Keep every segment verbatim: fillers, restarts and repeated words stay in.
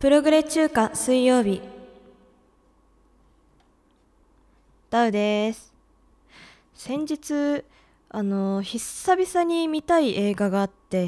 プログレ中華水曜日、ダウです。先日あの久々に見たい映画があって、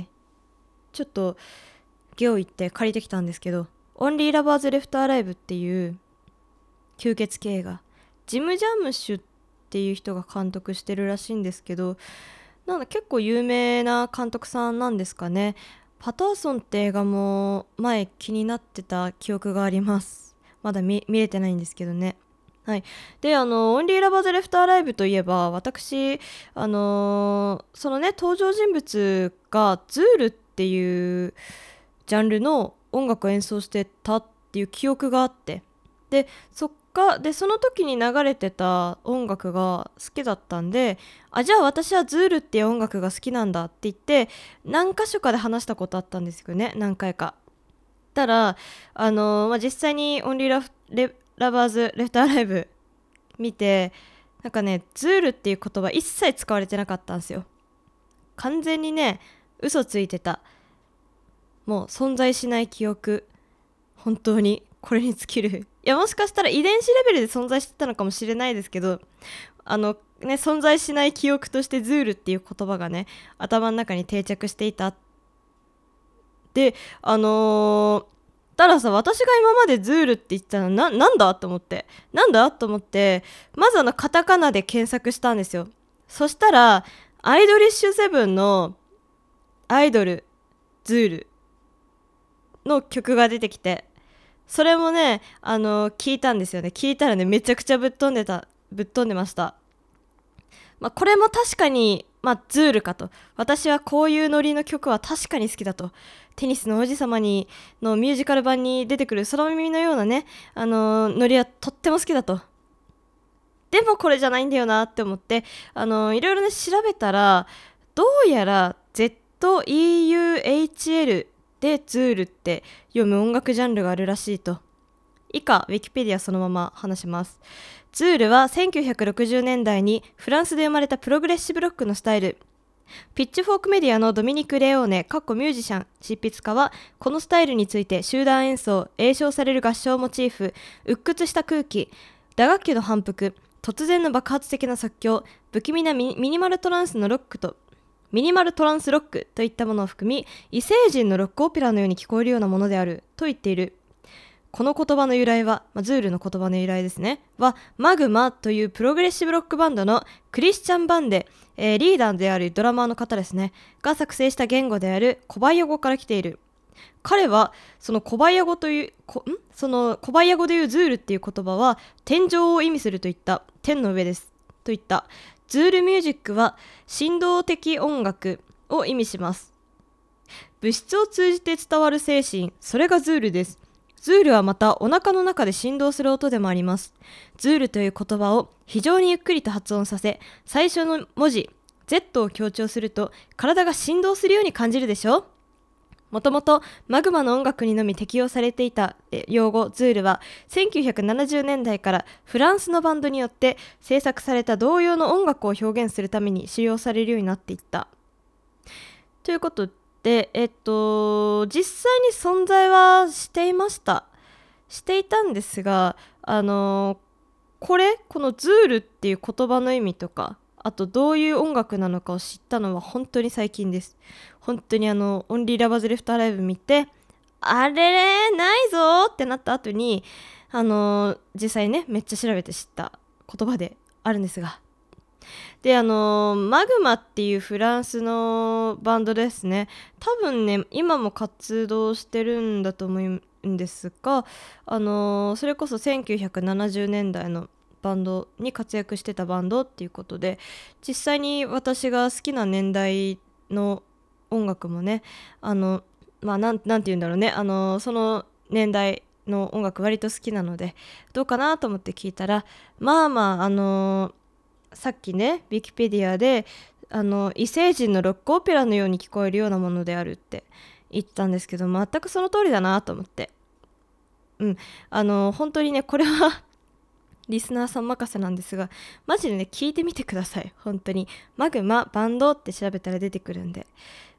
ちょっとゲオ行って借りてきたんですけど、オンリーラバーズレフトアライブっていう吸血鬼映画、ジム・ジャムッシュっていう人が監督してるらしいんですけど、なんだ結構有名な監督さんなんですかね。パターソンって映画も前気になってた記憶があります。まだ 見, 見れてないんですけどね。はい。で、あの、オンリーラバーズレフトアライブといえば、私、あのーそのね、登場人物がズールっていうジャンルの音楽を演奏してたっていう記憶があって、で、そっか、で、その時に流れてた音楽が好きだったんで、あ、じゃあ私はズールっていう音楽が好きなんだって言って、何箇所かで話したことあったんですよね、何回か。たら、あのーまあ、実際にオンリーラフレラバーズレフトアライブ見て、なんかね、ズールっていう言葉一切使われてなかったんですよ。完全にね、嘘ついてた。もう存在しない記憶。本当にこれに尽きる。いや、もしかしたら遺伝子レベルで存在してたのかもしれないですけど、あのね、存在しない記憶としてズールっていう言葉がね、頭の中に定着していた。で、あのーたださ、私が今までズールって言ってたのな、なんだと思って。なんだと思って、まずあのカタカナで検索したんですよ。そしたら、アイドリッシュセブンのアイドル、ズールの曲が出てきて、それもね、あの聞いたんですよね。聞いたらね、めちゃくちゃぶっ飛んでた、ぶっ飛んでました。まあ、これも確かに、まあ、ズールかと。私はこういうノリの曲は確かに好きだと。テニスの王子様にのミュージカル版に出てくる空耳のようなね、あのーノリはとっても好きだと。でもこれじゃないんだよなって思って、あのーいろいろね、調べたら、どうやら ゼットイーユーエイチエル でズールって読む音楽ジャンルがあるらしいと。以下、ウィキペディアそのまま話します。ズールはせんきゅうひゃくろくじゅうねんだいにフランスで生まれたプログレッシブロックのスタイル。ピッチフォークメディアのドミニク・レオーネ、かっこミュージシャン、執筆家は、このスタイルについて集団演奏、詠唱される合唱モチーフ、鬱屈した空気、打楽器の反復、突然の爆発的な即興、不気味なミニマルトランスのロックと、ミニマルトランスロックといったものを含み、異星人のロックオペラのように聞こえるようなものであると言っている。この言葉の由来は、まあ、ズールの言葉の由来ですね。は、マグマというプログレッシブロックバンドのクリスチャン・バンデ、えーリーダーであるドラマーの方ですね。が作成した言語であるコバイア語から来ている。彼は、そのコバイア語という、こんそのコバイア語でいうズールっていう言葉は、天井を意味するといった、天の上です。といった。ズールミュージックは、振動的音楽を意味します。物質を通じて伝わる精神、それがズールです。ズールはまたお腹の中で振動する音でもあります。ズールという言葉を非常にゆっくりと発音させ、最初の文字 Z を強調すると体が振動するように感じるでしょ。もともとマグマの音楽にのみ適用されていた用語ズールはせんきゅうひゃくななじゅうねんだいからフランスのバンドによって制作された同様の音楽を表現するために使用されるようになっていった。ということで、えっと、実際に存在はしていました。していたんですが、あの、これ、このズールっていう言葉の意味とか、あとどういう音楽なのかを知ったのは本当に最近です。本当にあの、オンリーラバーズレフトアライブ見て、あれれ、ないぞってなった後に、あの、実際ね、めっちゃ調べて知った言葉であるんですが、で、あのーマグマっていうフランスのバンドですね。多分ね、今も活動してるんだと思うんですが、あのーそれこそせんきゅうひゃくななじゅうねんだいのバンドに活躍してたバンドっていうことで、実際に私が好きな年代の音楽もね、あの、まあ、なん、なんて言うんだろうね、あのーその年代の音楽割と好きなので、どうかなと思って聞いたら、まあまあ、あのーさっきねウィキペディアであの異星人のロックオペラのように聞こえるようなものであるって言ったんですけど、全くその通りだなと思って、うんあの本当にね、これはリスナーさん任せなんですが、マジでね聞いてみてください。本当にマグマバンドって調べたら出てくるんで、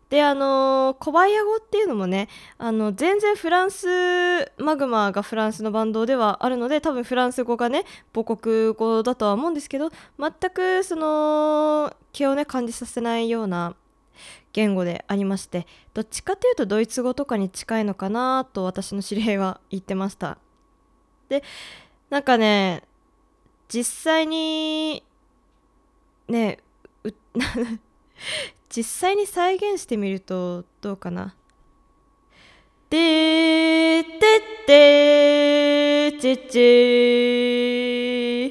であのコバイア語っていうのもね、あの全然フランスマグマがフランスのバンドではあるので、多分フランス語がね母国語だとは思うんですけど、全くその気をね感じさせないような言語でありまして、どっちかというとドイツ語とかに近いのかなと私の知り合いは言ってました。でなんかね、実際にねう実際に再現してみるとどうかな。でーてってーちぇちぇーあみゆみあみゆみあみ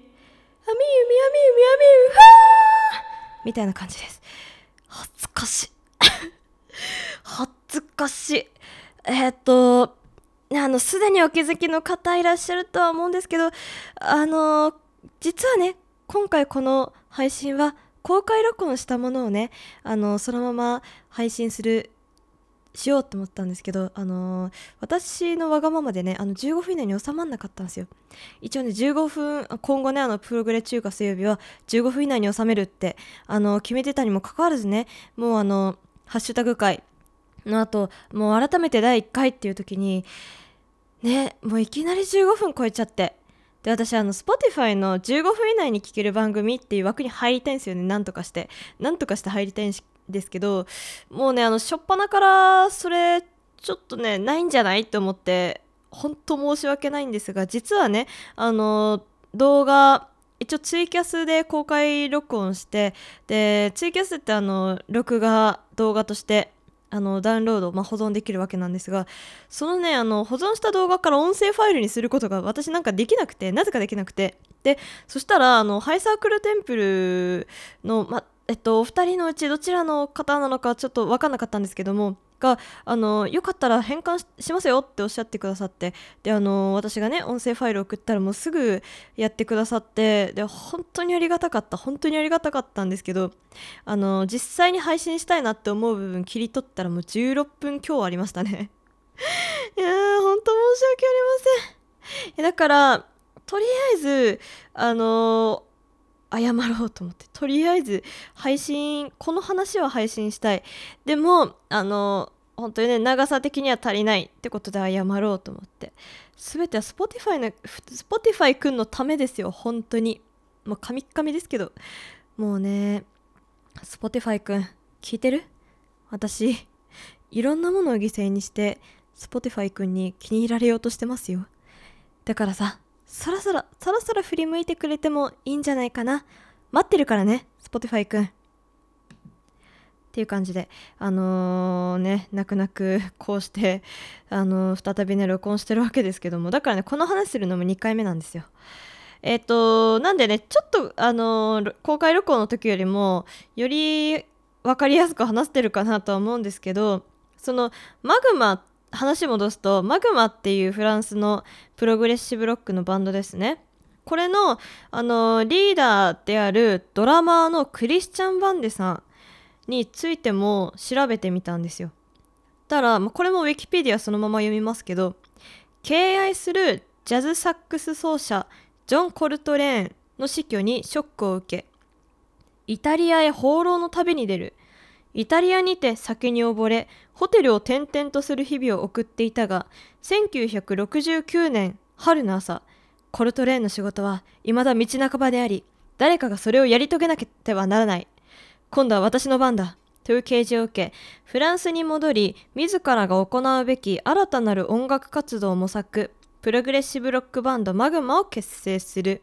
ゆはーみたいな感じです。恥ずかしい恥ずかしい。えー、っとあのすでにお気づきの方いらっしゃるとは思うんですけど、あの実はね、今回この配信は公開録音したものをね、あのそのまま配信するしようと思ったんですけど、あのー私のわがままでね、あのじゅうごふん以内に収まんなかったんですよ。一応ね、じゅうごふん、今後ね、あのプログレ中華水曜日はじゅうごふん以内に収めるってあの決めてたにもかかわらずね、もうあのハッシュタグ会の後、もう改めてだいいっかいっていう時にね、もういきなりじゅうごふん超えちゃって、で私あの Spotify のじゅうごふん以内に聴ける番組っていう枠に入りたいんですよね。なんとかしてなんとかして入りたいんですけど、もうね、あの初っ端からそれちょっとねないんじゃないと思って、本当申し訳ないんですが、実はね、あの動画一応ツイキャスで公開録音して、でツイキャスってあの録画動画としてあのダウンロード、まあ、保存できるわけなんですが、そのね、あの保存した動画から音声ファイルにすることが私なんかできなくて、なぜかできなくて、でそしたらあのハイサークルテンプルの、まえっと、お二人のうちどちらの方なのかちょっと分かんなかったんですけども、があのよかったら変換 し, しますよっておっしゃってくださって、であの私がね音声ファイル送ったらもうすぐやってくださって、で本当にありがたかった本当にありがたかったんですけど、あの実際に配信したいなって思う部分切り取ったらもうじゅうろっぷん強ありましたねいやー本当申し訳ありません。いやだからとりあえずあのー謝ろうと思って、とりあえず配信この話は配信したい、でもあの本当にね長さ的には足りないってことで謝ろうと思って、全ては Spotify の Spotify くんのためですよ。本当にもうカミッカミですけど、もうね Spotify くん聞いてる？私いろんなものを犠牲にして Spotify くんに気に入られようとしてますよ。だからさ、そろそろそろそろ振り向いてくれてもいいんじゃないかな。待ってるからね Spotify くんっていう感じで、あのー、ね泣く泣くこうしてあのー、再びね録音してるわけですけども、だからねこの話するのもにかいめなんですよ。えっ、となんでねちょっとあのー公開録音の時よりもより分かりやすく話してるかなとは思うんですけど、そのマグマ、話戻すとマグマっていうフランスのプログレッシブロックのバンドですね。これの、あのリーダーであるドラマーのクリスチャン・バンデさんについても調べてみたんですよ。たら、まあ、これもウィキペディアそのまま読みますけど、敬愛するジャズサックス奏者ジョン・コルトレーンの死去にショックを受け、イタリアへ放浪の旅に出る。イタリアにて酒に溺れ、ホテルを転々とする日々を送っていたが、せんきゅうひゃくろくじゅうきゅうねん春の朝、コルトレーンの仕事は未だ道半ばであり、誰かがそれをやり遂げなければならない。今度は私の番だ。という啓示を受け、フランスに戻り、自らが行うべき新たなる音楽活動を模索、プログレッシブロックバンドマグマを結成する。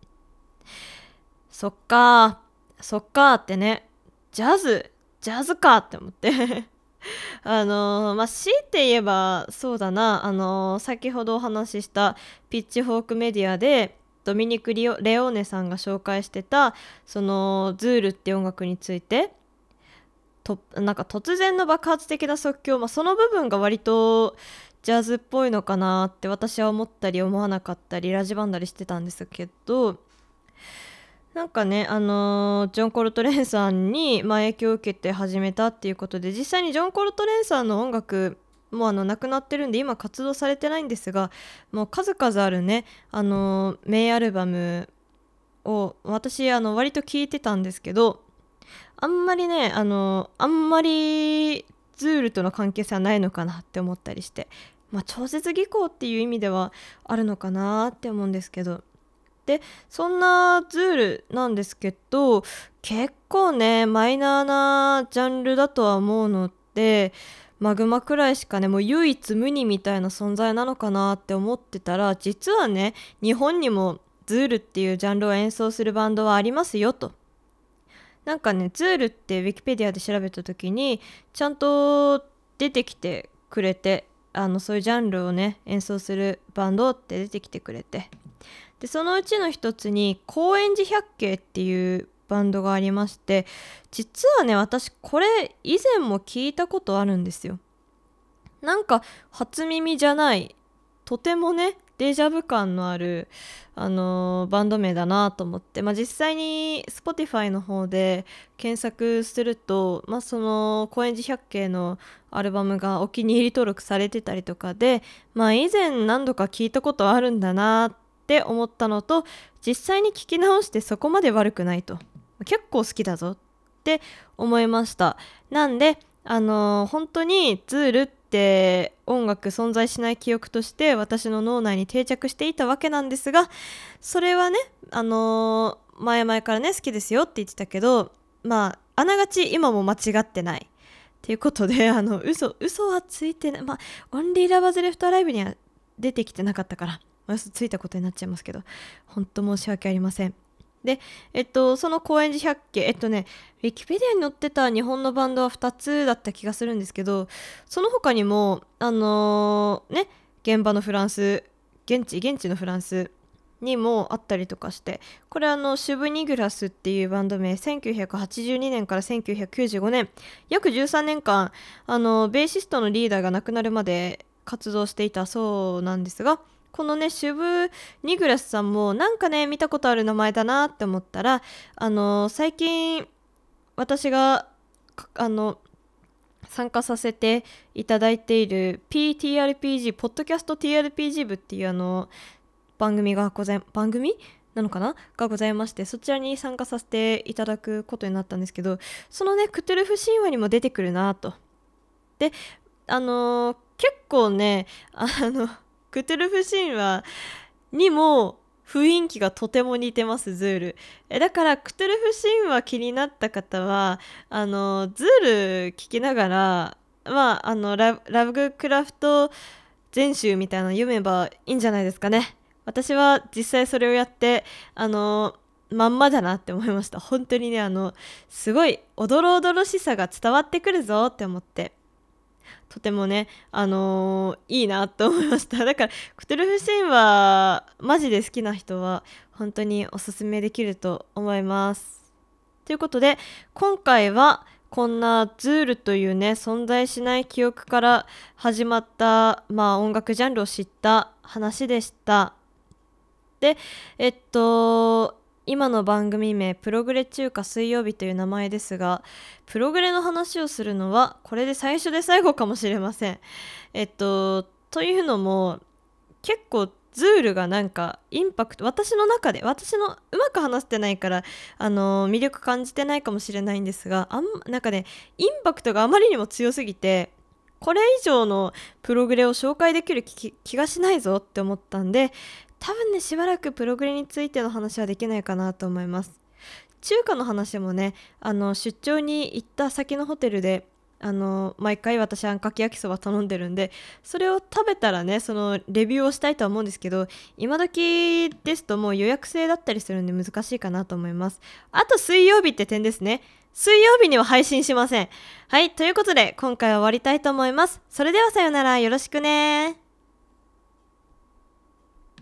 そっかー、そっかーってね、ジャズ、ジャズかって思ってあのー、まあ強いて言えばそうだな、あのー、先ほどお話ししたピッチフォークメディアでドミニク・レオーネさんが紹介してたそのズールって音楽について、となんか突然の爆発的な即興、まあ、その部分が割とジャズっぽいのかなって私は思ったり思わなかったりラジバンだりしてたんですけど、なんかね、あのージョン・コルトレーンさんに、まあ、影響を受けて始めたっていうことで、実際にジョン・コルトレーンさんの音楽もうあの亡くなってるんで今活動されてないんですが、もう数々あるね、あのー名アルバムを私あの割と聞いてたんですけど、 あんまりねあのあんまりズールとの関係性はないのかなって思ったりして、まあ超絶技巧っていう意味ではあるのかなって思うんですけど、でそんなズールなんですけど、結構ねマイナーなジャンルだとは思うので、マグマくらいしかねもう唯一無二みたいな存在なのかなって思ってたら、実はね日本にもズールっていうジャンルを演奏するバンドはありますよと。なんかねズールってウィキペディアで調べた時にちゃんと出てきてくれて、あのそういうジャンルをね演奏するバンドって出てきてくれて、でそのうちの一つに高円寺百景っていうバンドがありまして、実はね私これ以前も聞いたことあるんですよ。なんか初耳じゃない、とてもねデジャブ感のある、あのーバンド名だなと思って、まあ、実際に Spotify の方で検索すると、まあ、その高円寺百景のアルバムがお気に入り登録されてたりとかで、まあ、以前何度か聞いたことあるんだなって思ったのと、実際に聞き直してそこまで悪くないと、結構好きだぞって思いました。なんであのー本当にズールって音楽存在しない記憶として私の脳内に定着していたわけなんですが、それはねあのー前々からね好きですよって言ってたけど、まああながち今も間違ってないっていうことで、あの嘘嘘はついてない、まあオンリーラバーズレフトアライブには出てきてなかったから、まあ、嘘ついたことになっちゃいますけど、本当申し訳ありません。で、えっと、その高円寺百景、えっとね、ウィキペディアに載ってた日本のバンドはふたつだった気がするんですけど、その他にも、あのーね、現場のフランス、現地、現地のフランスにもあったりとかして、これあの、シュブニグラスっていうバンド名、せんきゅうひゃくはちじゅうにねんからせんきゅうひゃくきゅうじゅうごねん、約じゅうさんねんかん、あの、ベーシストのリーダーが亡くなるまで活動していたそうなんですが、このねシュブ・ニグラスさんもなんかね見たことある名前だなって思ったら、あの最近私があの参加させていただいている ピーティーアールピージー ポッドキャスト ティーアールピージー 部っていうあの番組がござい番組なのかながございまして、そちらに参加させていただくことになったんですけど、そのねクトゥルフ神話にも出てくるなと。であのー結構ねあのクトゥルフ神話にも雰囲気がとても似てますズール。えだからクトゥルフ神話気になった方はあのズール聞きながら、まああのララブクラフト全集みたいなの読めばいいんじゃないですかね。私は実際それをやってあのまんまだなって思いました。本当にねあのすごいおどろおどろしさが伝わってくるぞって思って、とてもね、あのーいいなと思いました。だから、クトゥルフ神話、マジで好きな人は、本当におすすめできると思います。ということで、今回は、こんなズールというね、存在しない記憶から始まった、まあ音楽ジャンルを知った話でした。で、えっと、今の番組名プログレ中華水曜日という名前ですが、プログレの話をするのはこれで最初で最後かもしれません。えっとというのも結構ズールがなんかインパクト、私の中で私のうまく話してないからあの魅力感じてないかもしれないんですが、あんなんかねインパクトがあまりにも強すぎて、これ以上のプログレを紹介できる 気, 気がしないぞって思ったんで、多分ねしばらくプログレについての話はできないかなと思います。中華の話もね、あの出張に行った先のホテルであの毎回私あんかけ焼きそば頼んでるんで、それを食べたらねそのレビューをしたいとは思うんですけど、今時ですともう予約制だったりするんで難しいかなと思います。あと水曜日って点ですね。水曜日には配信しません。はい、ということで今回は終わりたいと思います。それではさよなら、よろしくね。